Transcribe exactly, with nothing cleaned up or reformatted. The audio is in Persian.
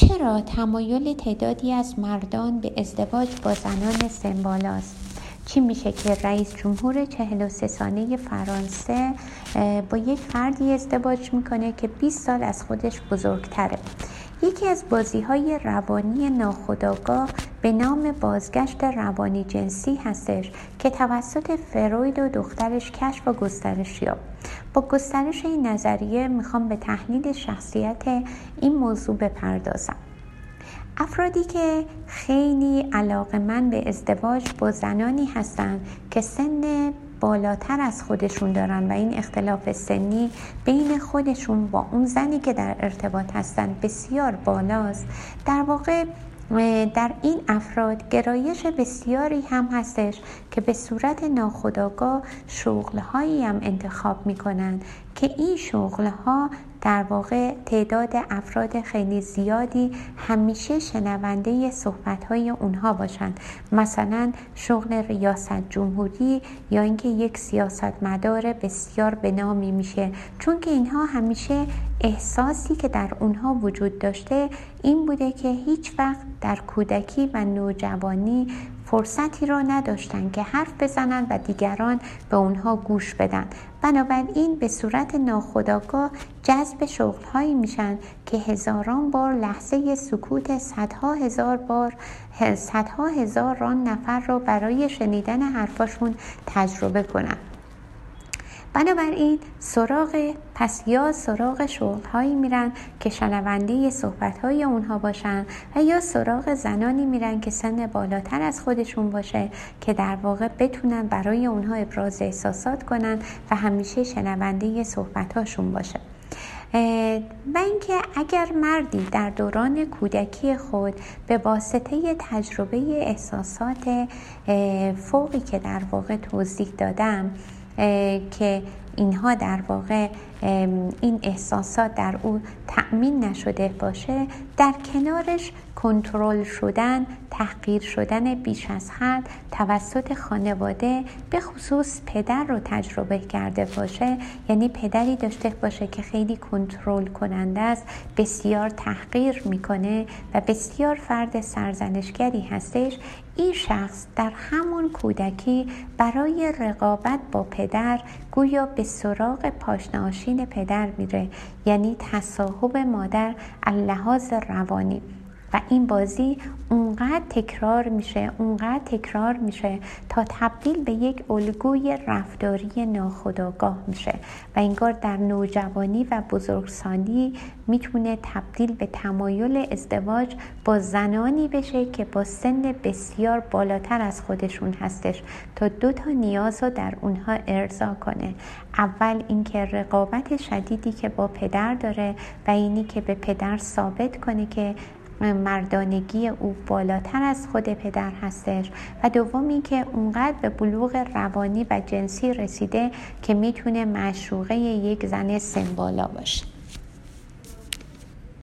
چرا تمایل تعدادی از مردان به ازدواج با زنان سن بالاست؟ چی میشه که رئیس جمهور چهل و سه ساله فرانسه با یک فردی ازدواج میکنه که بیست سال از خودش بزرگتره؟ یکی از بازی‌های روانی ناخودآگاه به نام بازگشت روانی جنسی هستش که توسط فروید و دخترش کشف و گسترش یافت. با گسترش این نظریه میخوام به تحلیل شخصیت این موضوع بپردازم. افرادی که خیلی علاقه‌مند به ازدواج با زنانی هستند که سن بالاتر از خودشون دارن و این اختلاف سنی بین خودشون با اون زنی که در ارتباط هستن بسیار بالاست، در واقع در این افراد گرایش بسیاری هم هستش که به صورت ناخودآگاه شغل‌هایی هم انتخاب می‌کنند که این شغل‌ها در واقع تعداد افراد خیلی زیادی همیشه شنونده صحبت‌های اونها باشند. مثلا شغل ریاست جمهوری یا اینکه یک سیاستمدار بسیار به نامی میشه، چون که اینها همیشه احساسی که در اونها وجود داشته این بوده که هیچ وقت در کودکی و نوجوانی فرصتی را نداشتن که حرف بزنن و دیگران به اونها گوش بدن. بنابراین به صورت ناخودآگاه جذب شغل‌هایی میشن که هزاران بار لحظه سکوت صدها هزار بار صدها هزاران نفر را برای شنیدن حرفاشون تجربه کنن. بنابراین سراغ پس یا سراغ شغل‌هایی میرن که شنونده صحبت‌های اونها باشن و یا سراغ زنانی میرن که سن بالاتر از خودشون باشه که در واقع بتونن برای اونها ابراز احساسات کنن و همیشه شنونده صحبت‌هاشون باشه. و اینکه اگر مردی در دوران کودکی خود به واسطه تجربه احساسات فوقی که در واقع توضیح دادم که اینها در واقع این احساسات در او تأمین نشده باشه، در کنارش کنترل شدن، تحقیر شدن بیش از حد توسط خانواده به خصوص پدر رو تجربه کرده باشه، یعنی پدری داشته باشه که خیلی کنترل کننده است، بسیار تحقیر میکنه و بسیار فرد سرزنشگری هستش، این شخص در همون کودکی برای رقابت با پدر گویا به سراغ پاشناشین پدر میره، یعنی تصاحب مادر از لحاظ روانی. و این بازی اونقدر تکرار میشه اونقدر تکرار میشه تا تبدیل به یک الگوی رفتاری ناخودآگاه میشه و انگار در نوجوانی و بزرگسالی میتونه تبدیل به تمایل ازدواج با زنانی بشه که با سن بسیار بالاتر از خودشون هستش تا دو تا نیاز رو در اونها ارضا کنه. اول اینکه رقابت شدیدی که با پدر داره و اینی که به پدر ثابت کنه که مردانگی او بالاتر از خود پدر هستش و دومی که اونقدر به بلوغ روانی و جنسی رسیده که میتونه معشوقه یک زن سن بالا باشه.